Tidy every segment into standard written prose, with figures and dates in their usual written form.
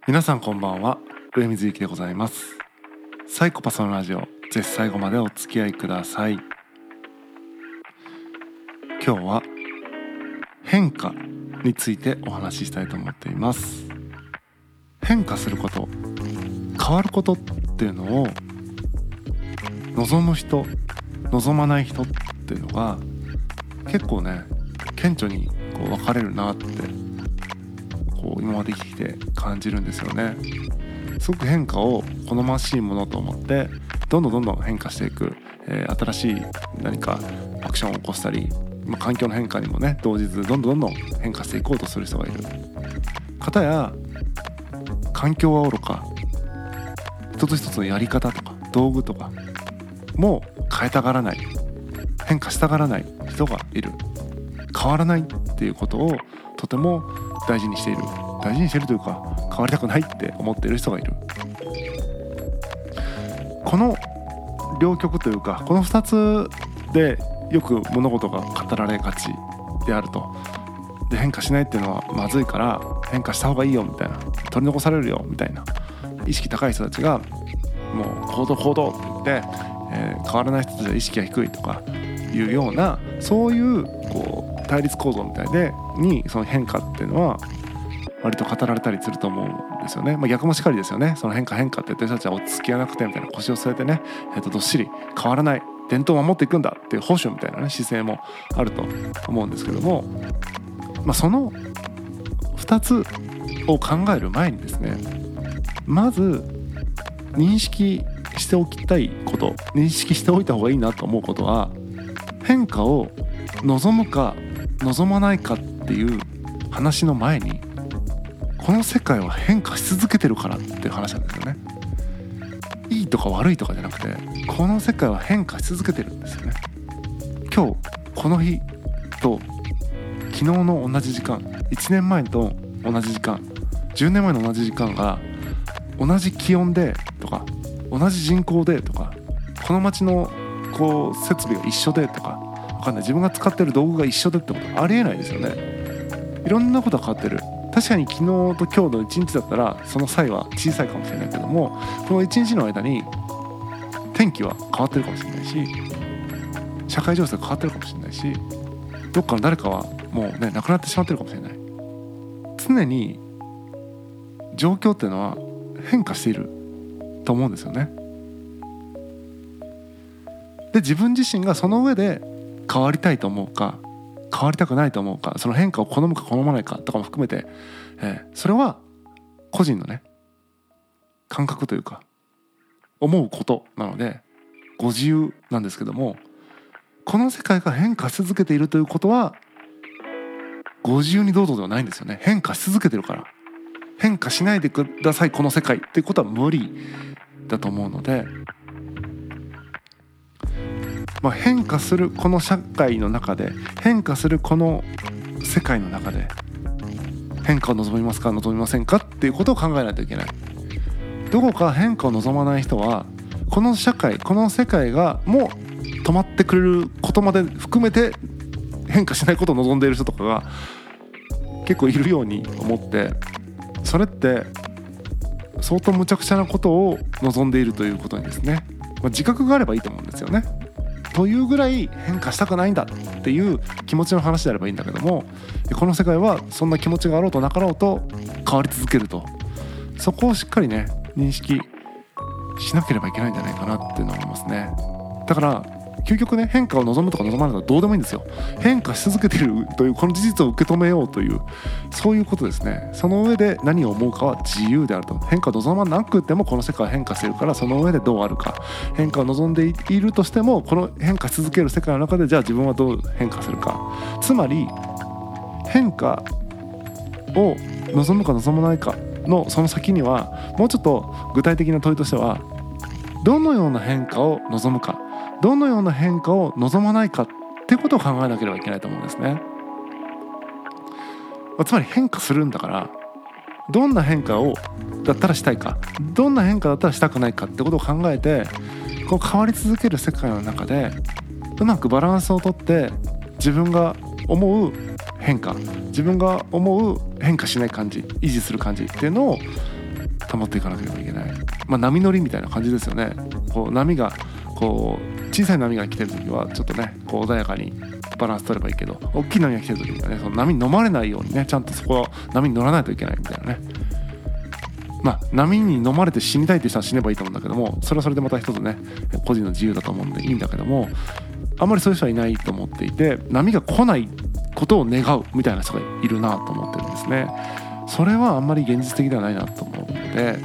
皆さんこんばんは、上水幸でございます。サイコパスのラジオ、ぜひ最後までお付き合いください。今日は変化についてお話ししたいと思っています。変化すること、変わることっていうのを望む人、望まない人っていうのが結構ね、顕著にこう分かれるなってこう今まで生きてきて感じるんですよね。すごく変化を好ましいものと思ってどんどん変化していく、新しい何かアクションを起こしたり、環境の変化にもね同日どんどん変化していこうとする人がいる。片や環境はおろか一つ一つのやり方とか道具とかも変えたがらない、変化したがらない人がいる。変わらないっていうことをとても大事にしているというか、変わりたくないって思っている人がいる。この両極というか、この2つでよく物事が語られがちであると。で、変化しないっていうのはまずいから変化した方がいいよみたいな、取り残されるよみたいな意識高い人たちがもう行動って言って、変わらない人たちは意識が低いとかいうような、そういう対立構造みたいでにその変化っていうのは割と語られたりすると思うんですよね。逆もしかりですよね。その変化って言ってる人たちは落ち着きがなくてみたいな、腰を据えてね、どっしり変わらない伝統を守っていくんだっていう保守みたいなね姿勢もあると思うんですけども、その2つを考える前にですね、まず認識しておきたいこと、認識しておいた方がいいなと思うことは、変化を望むか望まないかっていう話の前に、この世界は変化し続けてるからっていう話なんですよね。いいとか悪いとかじゃなくて、この世界は変化し続けてるんですよね。今日この日と昨日の同じ時間、1年前と同じ時間、10年前の同じ時間が同じ気温でとか同じ人口でとか、この街の設備が一緒でとか分かんない、自分が使ってる道具が一緒でってことありえないですよね。いろんなことが変わってる。確かに昨日と今日の一日だったらその際は小さいかもしれないけども、この一日の間に天気は変わってるかもしれないし、社会情勢が変わってるかもしれないし、どっかの誰かはもうね亡くなってしまってるかもしれない。常に状況っていうのは変化していると思うんですよね。で、自分自身がその上で変わりたいと思うか変わりたくないと思うか、その変化を好むか好まないかとかも含めて、それは個人のね感覚というか思うことなのでご自由なんですけども、この世界が変化し続けているということはご自由にどうぞではないんですよね。変化し続けてるから、変化しないでくださいこの世界っていうことは無理だと思うので、変化するこの社会の中で、変化するこの世界の中で変化を望みますか望みませんかっていうことを考えないといけない。どこか変化を望まない人は、この社会この世界がもう止まってくれることまで含めて変化しないことを望んでいる人とかが結構いるように思って、それって相当無茶苦茶なことを望んでいるということにですね、自覚があればいいと思うんですよね。というぐらい変化したくないんだっていう気持ちの話であればいいんだけども、この世界はそんな気持ちがあろうとなかろうと変わり続けると、そこをしっかりね認識しなければいけないんじゃないかなっていうのを思いますね。だから究極ね、変化を望むとか望まないとかどうでもいいんですよ。変化し続けているというこの事実を受け止めようという、そういうことですね。その上で何を思うかは自由であると。変化を望まなくてもこの世界は変化しているから、その上でどうあるか。変化を望んでいるとしても、この変化し続ける世界の中でじゃあ自分はどう変化するか。つまり変化を望むか望まないかのその先には、もうちょっと具体的な問いとしては、どのような変化を望むか、どのような変化を望まないかっていうことを考えなければいけないと思うんですね。つまり変化するんだから、どんな変化をだったらしたいか、どんな変化だったらしたくないかってことを考えて、こう変わり続ける世界の中でうまくバランスをとって、自分が思う変化、自分が思う変化しない感じ、維持する感じっていうのを保っていかなければいけない、波乗りみたいな感じですよね。こう波がこう小さい波が来てる時はちょっとねこう穏やかにバランス取ればいいけど、大きい波が来てる時にはねその波に飲まれないようにねちゃんとそこは波に乗らないといけないみたいなね。波に飲まれて死にたいって人は死ねばいいと思うんだけども、それはそれでまた一つね個人の自由だと思うんでいいんだけども、あんまりそういう人はいないと思っていて、波が来ないことを願うみたいな人がいるなと思ってるんですね。それはあんまり現実的ではないなと思うので、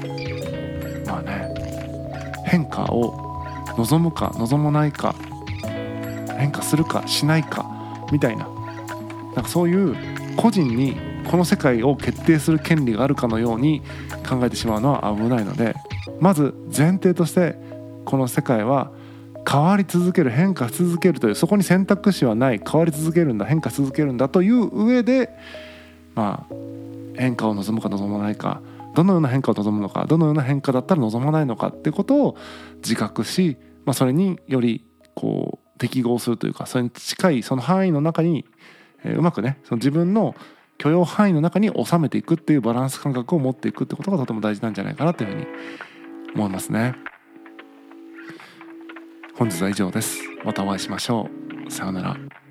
変化を望むか望まないか、変化するかしないかみたいな、そういう個人にこの世界を決定する権利があるかのように考えてしまうのは危ないので、まず前提としてこの世界は変わり続ける、変化し続けるという、そこに選択肢はない、変わり続けるんだ、変化し続けるんだという上で、変化を望むか望まないか、どのような変化を望むのか、どのような変化だったら望まないのかってことを自覚し、それによりこう適合するというか、それに近いその範囲の中に、うまくねその自分の許容範囲の中に収めていくっていうバランス感覚を持っていくってことがとても大事なんじゃないかなというふうに思いますね。本日は以上です。またお会いしましょう。さようなら。